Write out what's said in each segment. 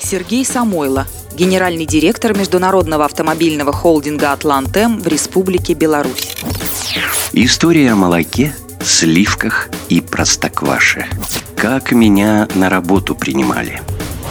Сергей Самойло, генеральный директор международного автомобильного холдинга «Атлантем» в Республике Беларусь. История о молоке, сливках и простокваше. Как меня на работу принимали.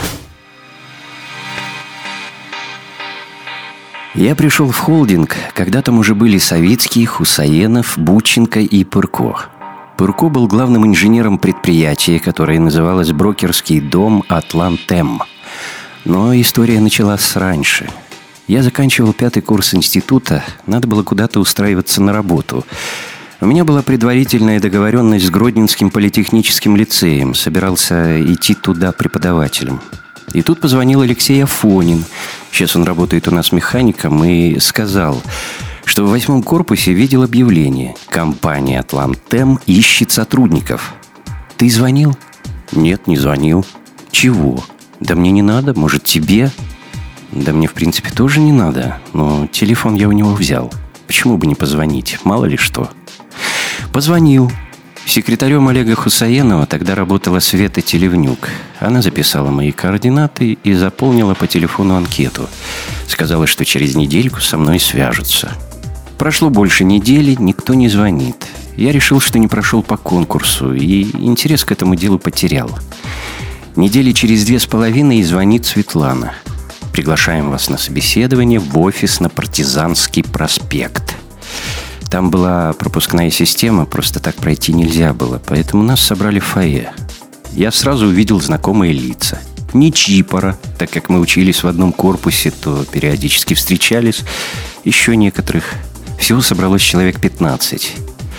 Я пришел в холдинг, когда там уже были Савицкий, Хусаенов, Бученко и Пырко. Пырко был главным инженером предприятия, которое называлось брокерский дом «Атлантем». Но история началась раньше. Я заканчивал 5-й курс института, надо было куда-то устраиваться на работу. У меня была предварительная договоренность с Гродненским политехническим лицеем, собирался идти туда преподавателем. И тут позвонил Алексей Афонин, сейчас он работает у нас механиком, и сказал, что в 8-м корпусе видел объявление: компания «Атлантем» ищет сотрудников. Ты звонил? Нет, не звонил. Чего? Да мне не надо, может, тебе? Да мне, в принципе, тоже не надо, но телефон я у него взял. Почему бы не позвонить? Мало ли что. Позвонил. Секретарем Олега Хусаенова тогда работала Света Телевнюк. Она записала мои координаты и заполнила по телефону анкету. Сказала, что через недельку со мной свяжутся. Прошло больше недели, никто не звонит. Я решил, что не прошел по конкурсу, и интерес к этому делу потерял. Недели через 2,5 звонит Светлана. Приглашаем вас на собеседование в офис на Партизанский проспект. Там была пропускная система, просто так пройти нельзя было, поэтому нас собрали в фойе. Я сразу увидел знакомые лица. Не Чипора, так как мы учились в одном корпусе, то периодически встречались. Еще некоторых. Всего собралось человек 15.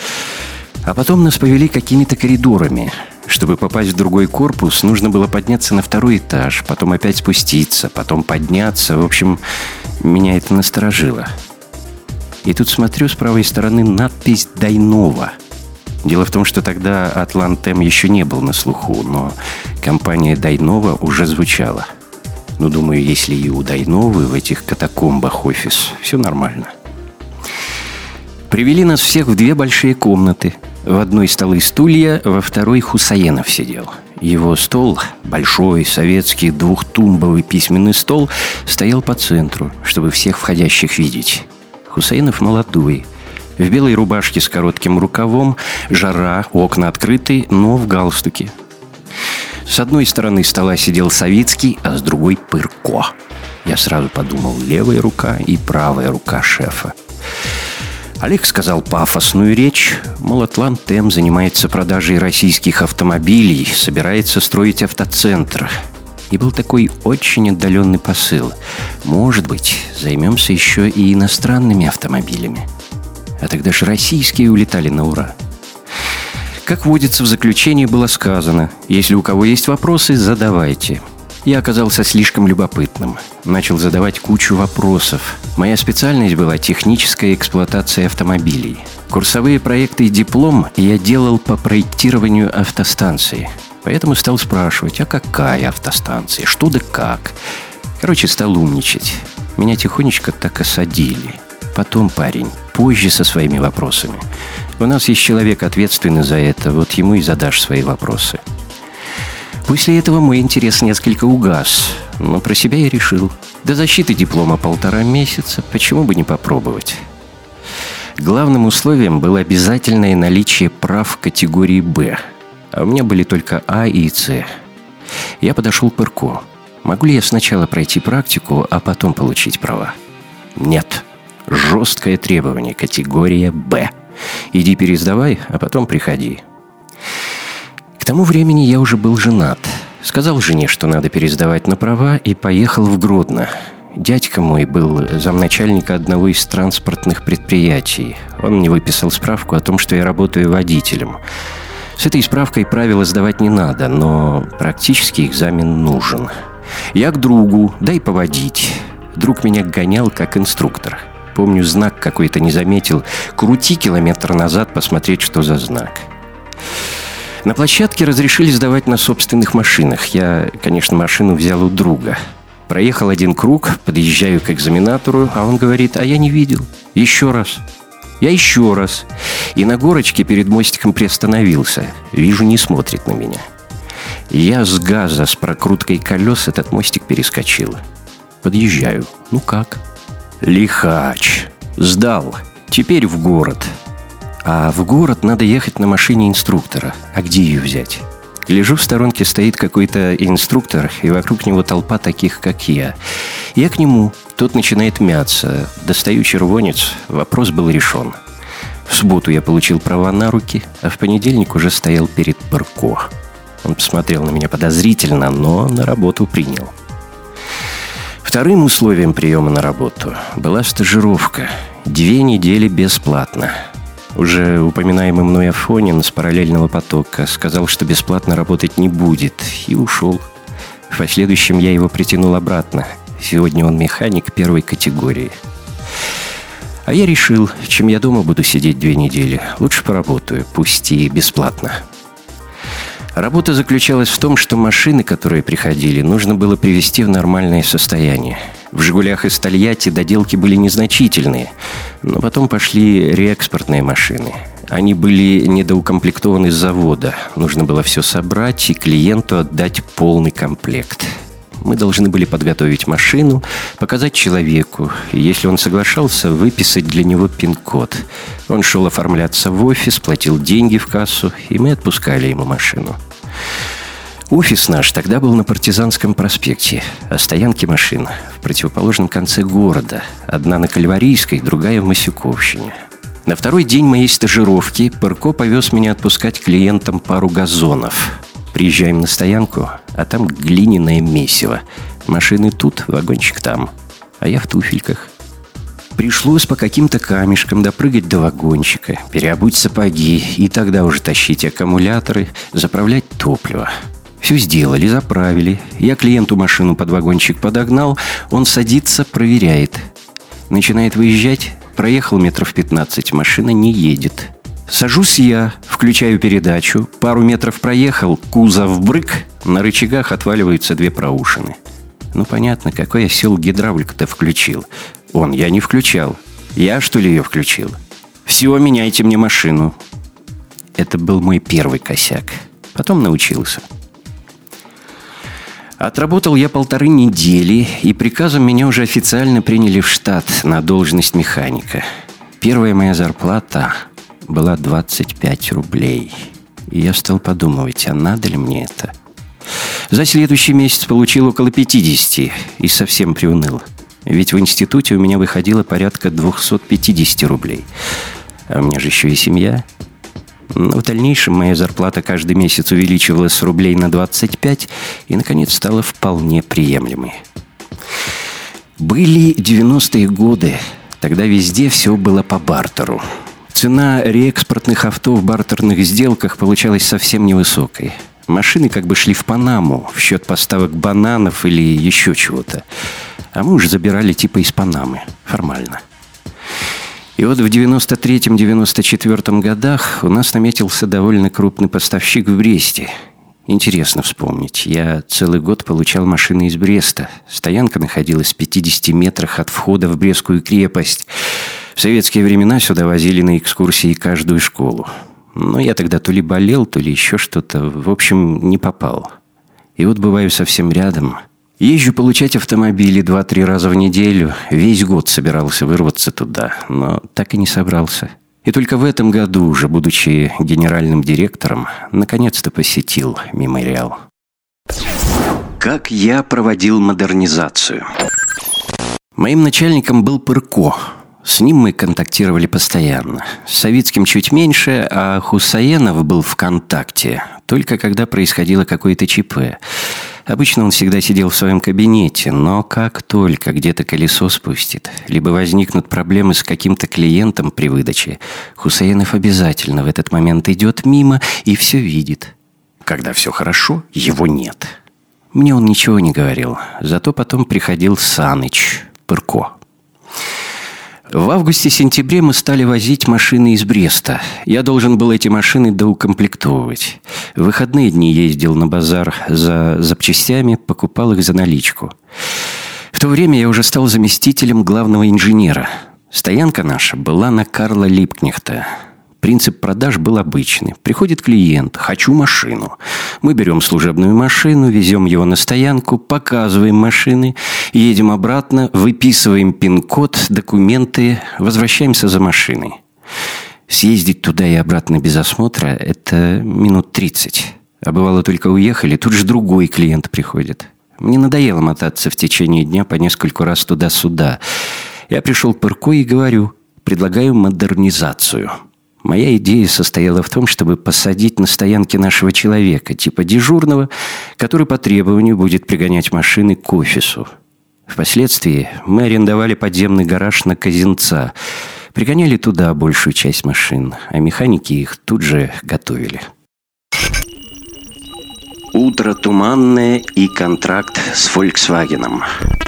А потом нас повели какими-то коридорами. Чтобы попасть в другой корпус, нужно было подняться на 2-й этаж, потом опять спуститься, потом подняться. В общем, меня это насторожило. И тут смотрю, с правой стороны надпись «Дайнова». Дело в том, что тогда «Атлантем» еще не был на слуху, но компания «Дайнова» уже звучала. Ну, думаю, если и у Дайновы в этих катакомбах офис, все нормально. Привели нас всех в 2 большие комнаты. В одной столы и стулья, во второй Хусаенов сидел. Его стол, большой, советский, 2-тумбовый письменный стол, стоял по центру, чтобы всех входящих видеть. Хусаенов молодой, в белой рубашке с коротким рукавом, жара, окна открыты, но в галстуке. С одной стороны стола сидел Савицкий, а с другой Пырко. Я сразу подумал: левая рука и правая рука шефа. Олег сказал пафосную речь, мол, «Атлантем» занимается продажей российских автомобилей, собирается строить автоцентр. И был такой очень отдаленный посыл. Может быть, займемся еще и иностранными автомобилями. А тогда же российские улетали на ура. Как водится, в заключении было сказано: если у кого есть вопросы, задавайте. Я оказался слишком любопытным. Начал задавать кучу вопросов. Моя специальность была техническая эксплуатация автомобилей. Курсовые проекты и диплом я делал по проектированию автостанции. Поэтому стал спрашивать: а какая автостанция? Что да как? Короче, стал умничать. Меня тихонечко так осадили. Потом, парень, позже со своими вопросами. У нас есть человек, ответственный за это, вот ему и задашь свои вопросы. После этого мой интерес несколько угас. Но про себя я решил: до защиты диплома 1,5 месяца, почему бы не попробовать? Главным условием было обязательное наличие прав категории «Б». А у меня были только А и С. Я подошел к Пырко. Могу ли я сначала пройти практику, а потом получить права? Нет. Жесткое требование, категория «Б». Иди пересдавай, а потом приходи. К тому времени я уже был женат. Сказал жене, что надо пересдавать на права, и поехал в Гродно. Дядька мой был замначальника одного из транспортных предприятий. Он мне выписал справку о том, что я работаю водителем. С этой справкой правила сдавать не надо, но практический экзамен нужен. Я к другу: дай поводить. Друг меня гонял как инструктор. Помню, знак какой-то не заметил. Крути километр назад, посмотреть, что за знак. На площадке разрешили сдавать на собственных машинах. Я, конечно, машину взял у друга. Проехал 1 круг, подъезжаю к экзаменатору, а он говорит: а я не видел. Еще раз. Я еще раз. И на горочке перед мостиком приостановился. Вижу, не смотрит на меня. Я с газа с прокруткой колес этот мостик перескочил. Подъезжаю. Ну как? Лихач. Сдал. Теперь в город. А в город надо ехать на машине инструктора. А где ее взять? Лежу в сторонке, стоит какой-то инструктор, и вокруг него толпа таких, как я. Я к нему. Тот начинает мяться. Достаю червонец. Вопрос был решен. В субботу я получил права на руки, а в понедельник уже стоял перед Пырко. Он посмотрел на меня подозрительно, но на работу принял. Вторым условием приема на работу была стажировка. 2 недели бесплатно. Уже упоминаемый мной Афонин с параллельного потока сказал, что бесплатно работать не будет, и ушел. В последующем я его притянул обратно. Сегодня он механик 1 категории. А я решил, чем я дома буду сидеть 2 недели, лучше поработаю, пусть и бесплатно. Работа заключалась в том, что машины, которые приходили, нужно было привести в нормальное состояние. В «Жигулях» из Тольятти доделки были незначительные, но потом пошли реэкспортные машины. Они были недоукомплектованы с завода. Нужно было все собрать и клиенту отдать полный комплект. Мы должны были подготовить машину, показать человеку, и если он соглашался, выписать для него пин-код. Он шел оформляться в офис, платил деньги в кассу, и мы отпускали ему машину. Офис наш тогда был на Партизанском проспекте, а стоянки машин в противоположном конце города. Одна на Кальварийской, другая в Масюковщине. На второй день моей стажировки Пырко повез меня отпускать клиентам пару газонов. Приезжаем на стоянку, а там глиняное месиво. Машины тут, вагончик там. А я в туфельках. Пришлось по каким-то камешкам допрыгать до вагончика, переобуть сапоги и тогда уже тащить аккумуляторы, заправлять топливо. Все сделали, заправили. Я клиенту машину под вагончик подогнал. Он садится, проверяет. Начинает выезжать. Проехал метров 15, машина не едет. Сажусь я, включаю передачу. Пару метров проехал, кузов брык. На рычагах отваливаются 2 проушины. Ну, понятно, какой осел гидравлику-то включил. Я не включал. Я, что ли, ее включил? Все, меняйте мне машину. Это был мой первый косяк. Потом научился. Отработал я 1,5 недели, и приказом меня уже официально приняли в штат на должность механика. Первая моя зарплата была 25 рублей. И я стал подумывать, а надо ли мне это? За следующий месяц получил около 50 и совсем приуныл. Ведь в институте у меня выходило порядка 250 рублей. А у меня же еще и семья. Но в дальнейшем моя зарплата каждый месяц увеличивалась с рублей на 25 и, наконец, стала вполне приемлемой. Были 90-е годы. Тогда везде все было по бартеру. Цена реэкспортных авто в бартерных сделках получалась совсем невысокой. Машины как бы шли в Панаму в счет поставок бананов или еще чего-то. А мы уже забирали типа из Панамы. Формально. И вот в 93-94 годах у нас наметился довольно крупный поставщик в Бресте. Интересно вспомнить. Я целый год получал машины из Бреста. Стоянка находилась в 50 метрах от входа в Брестскую крепость. В советские времена сюда возили на экскурсии каждую школу. Но я тогда то ли болел, то ли еще что-то. В общем, не попал. И вот бываю совсем рядом. Езжу получать автомобили 2-3 раза в неделю. Весь год собирался вырваться туда, но так и не собрался. И только в этом году, уже будучи генеральным директором, наконец-то посетил мемориал. Как я проводил модернизацию? Моим начальником был Пырко. С ним мы контактировали постоянно. С Савицким чуть меньше, а Хусаенов был в контакте только когда происходило какое-то ЧП. Обычно он всегда сидел в своем кабинете, но как только где-то колесо спустит, либо возникнут проблемы с каким-то клиентом при выдаче, Хусаенов обязательно в этот момент идет мимо и все видит. Когда все хорошо, его нет. Мне он ничего не говорил, зато потом приходил Саныч, Пырко. В августе-сентябре мы стали возить машины из Бреста. Я должен был эти машины доукомплектовывать. В выходные дни ездил на базар за запчастями, покупал их за наличку. В то время я уже стал заместителем главного инженера. Стоянка наша была на Карла Липкнехта. Принцип продаж был обычный. Приходит клиент: «Хочу машину». Мы берем служебную машину, везем его на стоянку, показываем машины, едем обратно, выписываем пин-код, документы, возвращаемся за машиной. Съездить туда и обратно без осмотра – это минут 30. А бывало, только уехали, тут же другой клиент приходит. Мне надоело мотаться в течение дня по нескольку раз туда-сюда. Я пришел к Пырко и говорю: предлагаю модернизацию. Моя идея состояла в том, чтобы посадить на стоянке нашего человека, типа дежурного, который по требованию будет пригонять машины к офису. Впоследствии мы арендовали подземный гараж на Козинца, пригоняли туда большую часть машин, а механики их тут же готовили. Утро туманное и контракт с «Фольксвагеном».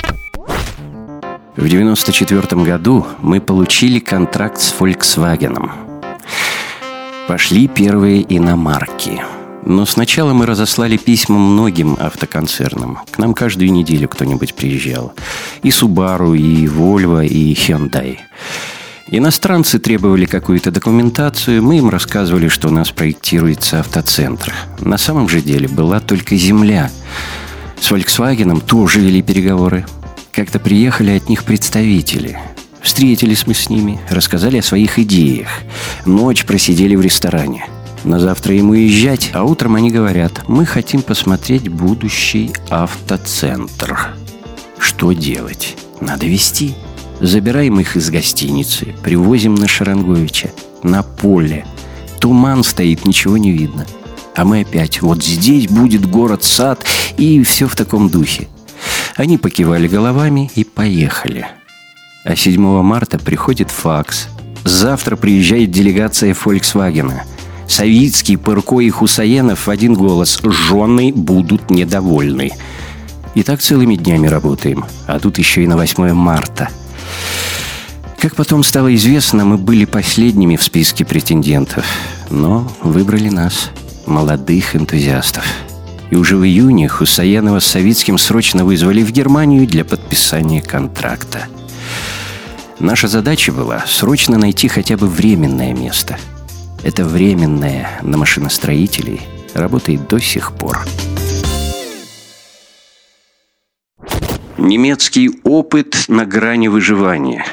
В 1994 году мы получили контракт с «Фольксвагеном». Пошли первые иномарки. Но сначала мы разослали письма многим автоконцернам. К нам каждую неделю кто-нибудь приезжал. И Subaru, и Volvo, и Hyundai. Иностранцы требовали какую-то документацию, мы им рассказывали, что у нас проектируется автоцентр. На самом же деле была только земля. С «Фольксвагеном» тоже вели переговоры. Как-то приехали от них представители. Встретились мы с ними, рассказали о своих идеях. Ночь просидели в ресторане. На завтра им уезжать, а утром они говорят: мы хотим посмотреть будущий автоцентр. Что делать? Надо везти. Забираем их из гостиницы, привозим на Шаранговича, на поле. Туман стоит, ничего не видно. А мы опять: вот здесь будет город-сад, и все в таком духе. Они покивали головами и поехали. А 7 марта приходит факс. Завтра приезжает делегация «Фольксвагена». Савицкий, Пырко и Хусаенов в один голос: жены будут недовольны. И так целыми днями работаем. А тут еще и на 8 марта. Как потом стало известно, мы были последними в списке претендентов. Но выбрали нас, молодых энтузиастов. И уже в июне Хусаенова с Савицким срочно вызвали в Германию для подписания контракта. Наша задача была срочно найти хотя бы временное место. Это временное на машиностроителей работает до сих пор. Немецкий опыт на грани выживания.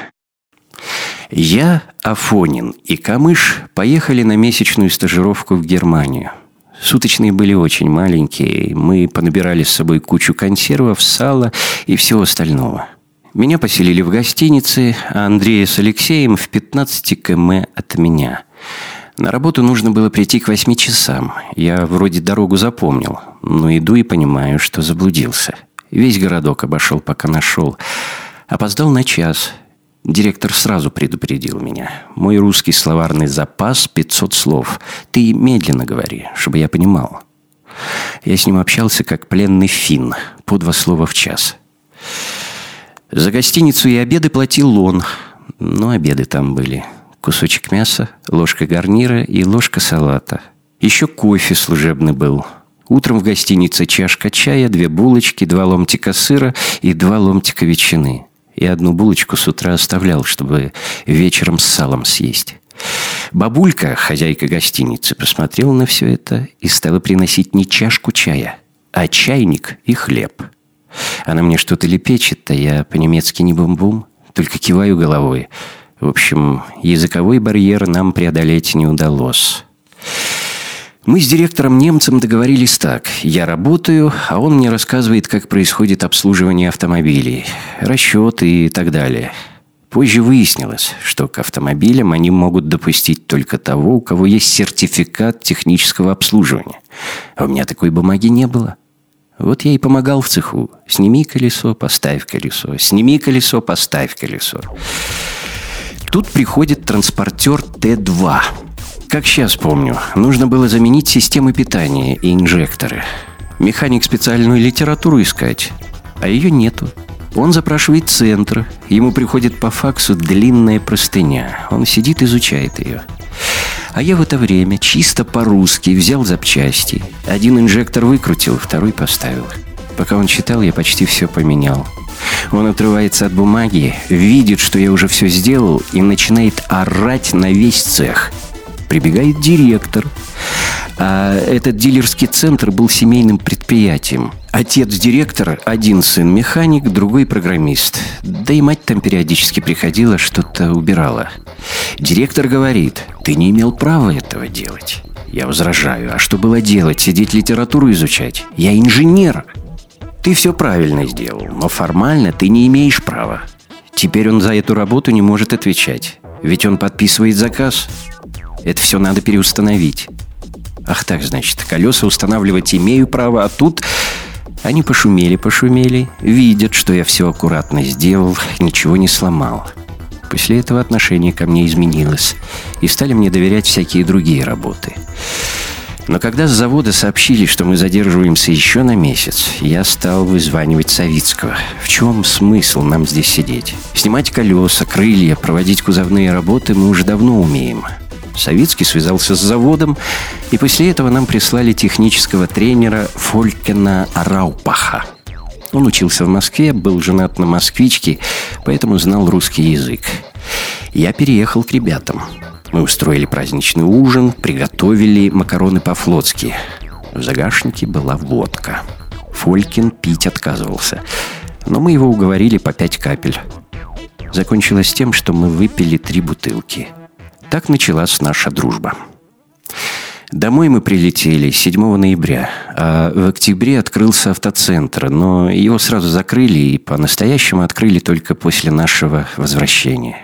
Я, Афонин и Камыш поехали на месячную стажировку в Германию. Суточные были очень маленькие. Мы понабирали с собой кучу консервов, сала и всего остального. Меня поселили в гостинице, а Андрея с Алексеем в 15 км от меня. На работу нужно было прийти к 8 часам. Я вроде дорогу запомнил, но иду и понимаю, что заблудился. Весь городок обошел, пока нашел. Опоздал на час. Директор сразу предупредил меня. Мой русский словарный запас 500 слов. Ты медленно говори, чтобы я понимал. Я с ним общался как пленный финн, по 2 слова в час. За гостиницу и обеды платил он. Но обеды там были: кусочек мяса, ложка гарнира и ложка салата. Еще кофе служебный был. Утром в гостинице чашка чая, 2 булочки, 2 ломтика сыра и 2 ломтика ветчины. И 1 булочку с утра оставлял, чтобы вечером с салом съесть. Бабулька, хозяйка гостиницы, посмотрела на все это и стала приносить не чашку чая, а чайник и хлеб. Она мне что-то лепечет, а я по-немецки не бум-бум, только киваю головой. В общем, языковой барьер нам преодолеть не удалось. Мы с директором-немцем договорились так. Я работаю, а он мне рассказывает, как происходит обслуживание автомобилей, расчеты и так далее. Позже выяснилось, что к автомобилям они могут допустить только того, у кого есть сертификат технического обслуживания. А у меня такой бумаги не было. Вот я и помогал в цеху. Сними колесо, поставь колесо. Сними колесо, поставь колесо. Тут приходит транспортер Т2. Как сейчас помню, нужно было заменить системы питания и инжекторы. Механик специальную литературу искать, а ее нету. Он запрашивает центр, ему приходит по факсу длинная простыня. Он сидит, изучает ее. А я в это время чисто по-русски взял запчасти. 1 инжектор выкрутил, 2 поставил. Пока он читал, я почти все поменял. Он отрывается от бумаги, видит, что я уже все сделал, и начинает орать на весь цех. Прибегает директор. А этот дилерский центр был семейным предприятием. Отец директора, один сын механик, другой программист. Да и мать там периодически приходила, что-то убирала. Директор говорит: ты не имел права этого делать. Я возражаю: а что было делать? Сидеть литературу изучать? Я инженер. Ты все правильно сделал, но формально ты не имеешь права. Теперь он за эту работу не может отвечать. Ведь он подписывает заказ. Это все надо переустановить. Ах так, значит, колеса устанавливать имею право, а тут... Они пошумели, видят, что я все аккуратно сделал, ничего не сломал. После этого отношение ко мне изменилось, и стали мне доверять всякие другие работы. Но когда с завода сообщили, что мы задерживаемся еще на месяц, я стал вызванивать Савицкого. В чем смысл нам здесь сидеть? Снимать колеса, крылья, проводить кузовные работы мы уже давно умеем. Савицкий связался с заводом, и после этого нам прислали технического тренера Фолькена Раупаха. Он учился в Москве, был женат на москвичке, поэтому знал русский язык. Я переехал к ребятам. Мы устроили праздничный ужин, приготовили макароны по-флотски. В загашнике была водка. Фолькин пить отказывался, но мы его уговорили по 5 капель. Закончилось тем, что мы выпили 3 бутылки. Так началась наша дружба. Домой мы прилетели 7 ноября, а в октябре открылся автоцентр, но его сразу закрыли и по-настоящему открыли только после нашего возвращения.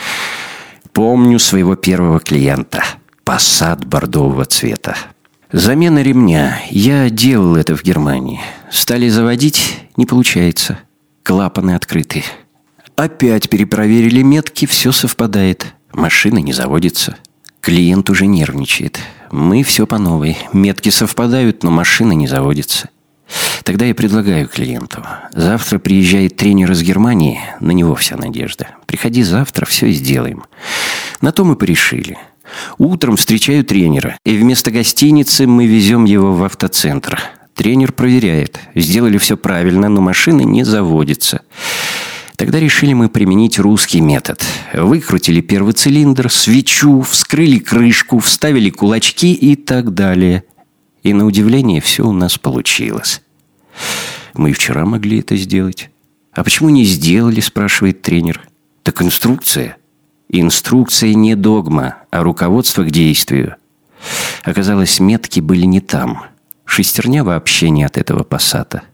Помню своего первого клиента – Passat бордового цвета. Замена ремня. Я делал это в Германии. Стали заводить – не получается. Клапаны открыты. Опять перепроверили метки, все совпадает. Машина не заводится. Клиент уже нервничает. Мы все по новой. Метки совпадают, но машина не заводится. Тогда я предлагаю клиенту: завтра приезжает тренер из Германии, на него вся надежда. Приходи завтра, все сделаем. На то мы порешили. Утром встречаю тренера, и вместо гостиницы мы везем его в автоцентр. Тренер проверяет. Сделали все правильно, но машина не заводится. Тогда решили мы применить русский метод. Выкрутили первый цилиндр, свечу, вскрыли крышку, вставили кулачки и так далее. И на удивление все у нас получилось. Мы и вчера могли это сделать. А почему не сделали, спрашивает тренер. Так инструкция. Инструкция не догма, а руководство к действию. Оказалось, метки были не там. Шестерня вообще не от этого Пассата.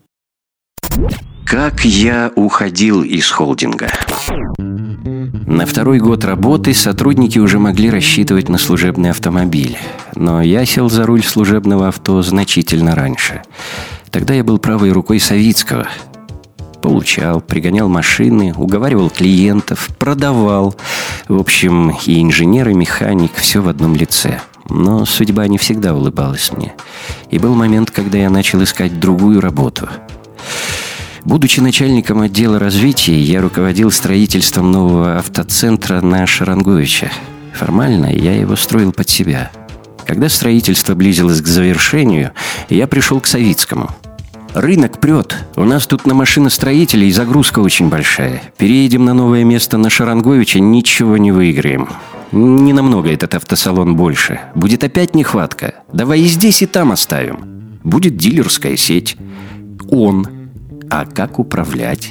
Как я уходил из холдинга? На 2-й год работы сотрудники уже могли рассчитывать на служебный автомобиль. Но я сел за руль служебного авто значительно раньше. Тогда я был правой рукой Савицкого. Получал, пригонял машины, уговаривал клиентов, продавал. В общем, и инженер, и механик, все в одном лице. Но судьба не всегда улыбалась мне. И был момент, когда я начал искать другую работу. Будучи начальником отдела развития, я руководил строительством нового автоцентра на Шаранговича. Формально я его строил под себя. Когда строительство близилось к завершению, я пришел к Савицкому. «Рынок прет. У нас тут на машиностроителей загрузка очень большая. Переедем на новое место на Шаранговича, ничего не выиграем. Не намного этот автосалон больше. Будет опять нехватка. Давай и здесь, и там оставим. Будет дилерская сеть. А как управлять?»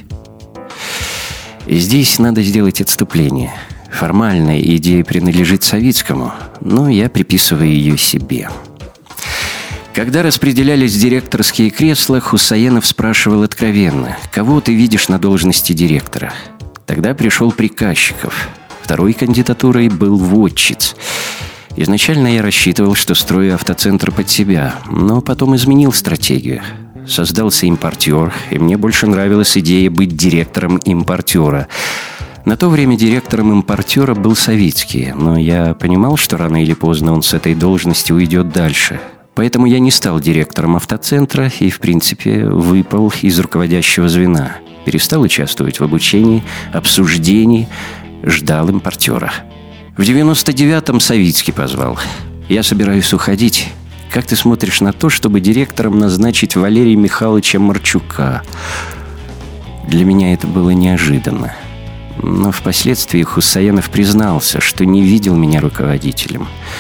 Здесь надо сделать отступление. Формально идея принадлежит Савицкому, но я приписываю ее себе. Когда распределялись директорские кресла, Хусаенов спрашивал откровенно: «Кого ты видишь на должности директора?» Тогда пришел Приказчиков. Второй кандидатурой был Вотчиц. Изначально я рассчитывал, что строю автоцентр под себя, но потом изменил стратегию. Создался импортер, и мне больше нравилась идея быть директором импортера. На то время директором импортера был Савицкий, но я понимал, что рано или поздно он с этой должности уйдет дальше. Поэтому я не стал директором автоцентра и, в принципе, выпал из руководящего звена. Перестал участвовать в обучении, обсуждении, ждал импортера. В 99-м Савицкий позвал. «Я собираюсь уходить. Как ты смотришь на то, чтобы директором назначить Валерия Михайловича Марчука?» Для меня это было неожиданно. Но впоследствии Хусаенов признался, что не видел меня руководителем.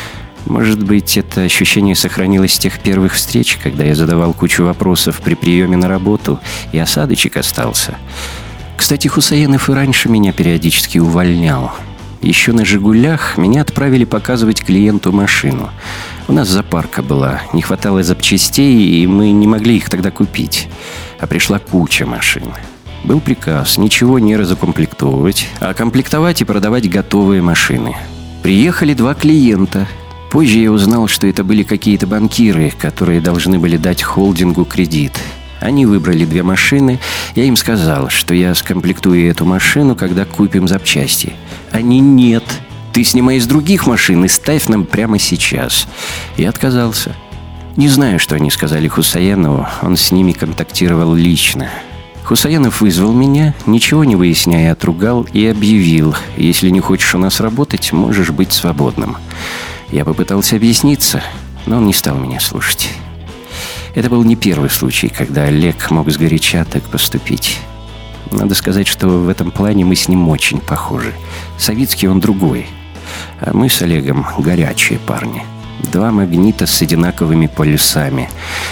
Может быть, это ощущение сохранилось с тех первых встреч, когда я задавал кучу вопросов при приеме на работу, и осадочек остался. Кстати, Хусаенов и раньше меня периодически увольнял. Еще на «Жигулях» меня отправили показывать клиенту машину. У нас запарка была, не хватало запчастей, и мы не могли их тогда купить. А пришла куча машин. Был приказ ничего не разукомплектовывать, а комплектовать и продавать готовые машины. Приехали 2 клиента. Позже я узнал, что это были какие-то банкиры, которые должны были дать холдингу кредит. Они выбрали 2 машины. Я им сказал, что я скомплектую эту машину, когда купим запчасти. Они: нет, ты снимай из других машин и ставь нам прямо сейчас. Я отказался. Не знаю, что они сказали Хусаенову, он с ними контактировал лично. Хусаенов вызвал меня, ничего не выясняя, отругал и объявил: если не хочешь у нас работать, можешь быть свободным. Я попытался объясниться, но он не стал меня слушать. Это был не первый случай, когда Олег мог сгоряча так поступить. Надо сказать, что в этом плане мы с ним очень похожи. Савицкий он другой, а мы с Олегом горячие парни. 2 магнита с одинаковыми полюсами.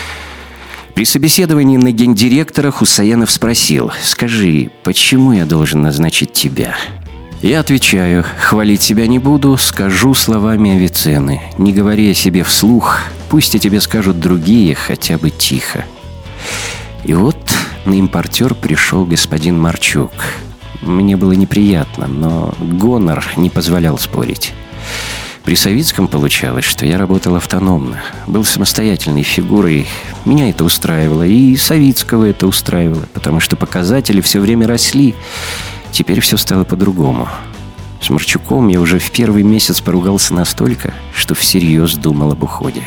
При собеседовании на гендиректора Хусаенов спросил: «Скажи, почему я должен назначить тебя?» Я отвечаю: хвалить себя не буду, скажу словами Авиценны. Не говори о себе вслух, пусть о тебе скажут другие, хотя бы тихо. И вот на импортер пришел господин Марчук. Мне было неприятно, но гонор не позволял спорить. При Савицком получалось, что я работал автономно, был самостоятельной фигурой. Меня это устраивало, и Савицкого это устраивало, потому что показатели все время росли. Теперь все стало по-другому. С Марчуком я уже в первый месяц поругался настолько, что всерьез думал об уходе.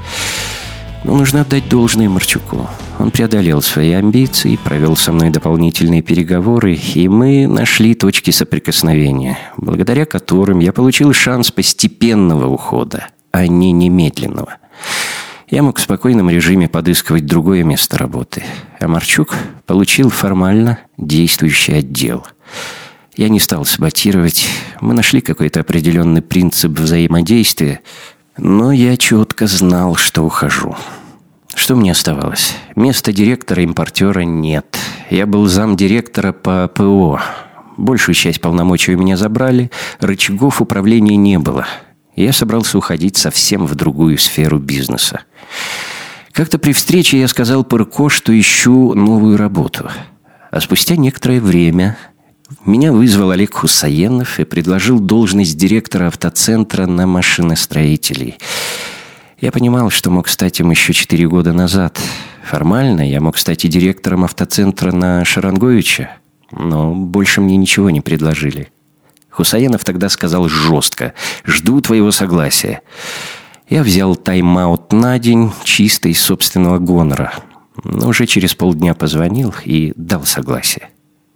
Но нужно отдать должное Марчуку. Он преодолел свои амбиции, провел со мной дополнительные переговоры, и мы нашли точки соприкосновения, благодаря которым я получил шанс постепенного ухода, а не немедленного. Я мог в спокойном режиме подыскивать другое место работы, а Марчук получил формально действующий отдел. Я не стал саботировать, мы нашли какой-то определенный принцип взаимодействия, но я четко знал, что ухожу. Что мне оставалось? Места директора-импортера нет. Я был замдиректора по ПО. Большую часть полномочий у меня забрали, рычагов управления не было. Я собрался уходить совсем в другую сферу бизнеса. Как-то при встрече я сказал Пырко, что ищу новую работу. А спустя некоторое время меня вызвал Олег Хусаенов и предложил должность директора автоцентра на машиностроителей. Я понимал, что мог стать им еще 4 года назад. Формально я мог стать и директором автоцентра на Шарангойича, но больше мне ничего не предложили. Хусаенов тогда сказал жестко: «Жду твоего согласия». Я взял тайм-аут на день, чисто из собственного гонора. Но уже через полдня позвонил и дал согласие.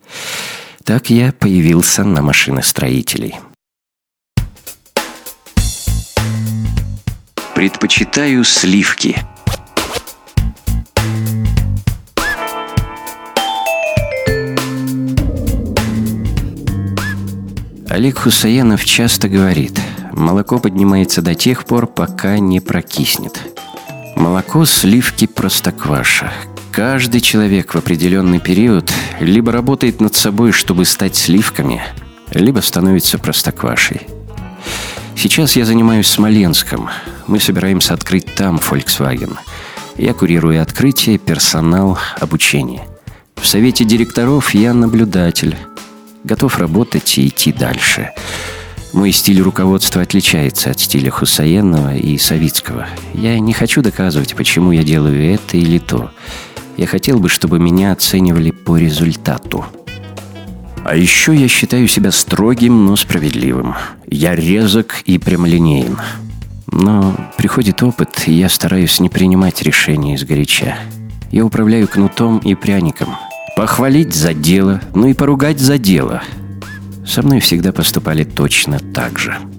Так я появился на машиностроителей. Предпочитаю сливки. Олег Хусаенов часто говорит: молоко поднимается до тех пор, пока не прокиснет. Молоко, сливки, простокваша. Каждый человек в определенный период либо работает над собой, чтобы стать сливками, либо становится простоквашей. Сейчас я занимаюсь Смоленском. Мы собираемся открыть там Volkswagen. Я курирую открытие, персонал, обучение. В совете директоров я наблюдатель. Готов работать и идти дальше. Мой стиль руководства отличается от стиля Хусаенова и Савицкого. Я не хочу доказывать, почему я делаю это или то. Я хотел бы, чтобы меня оценивали по результату. А еще я считаю себя строгим, но справедливым. Я резок и прямолинеен. Но приходит опыт, и я стараюсь не принимать решения изгоряча. Я управляю кнутом и пряником. Похвалить за дело, ну и поругать за дело. Со мной всегда поступали точно так же.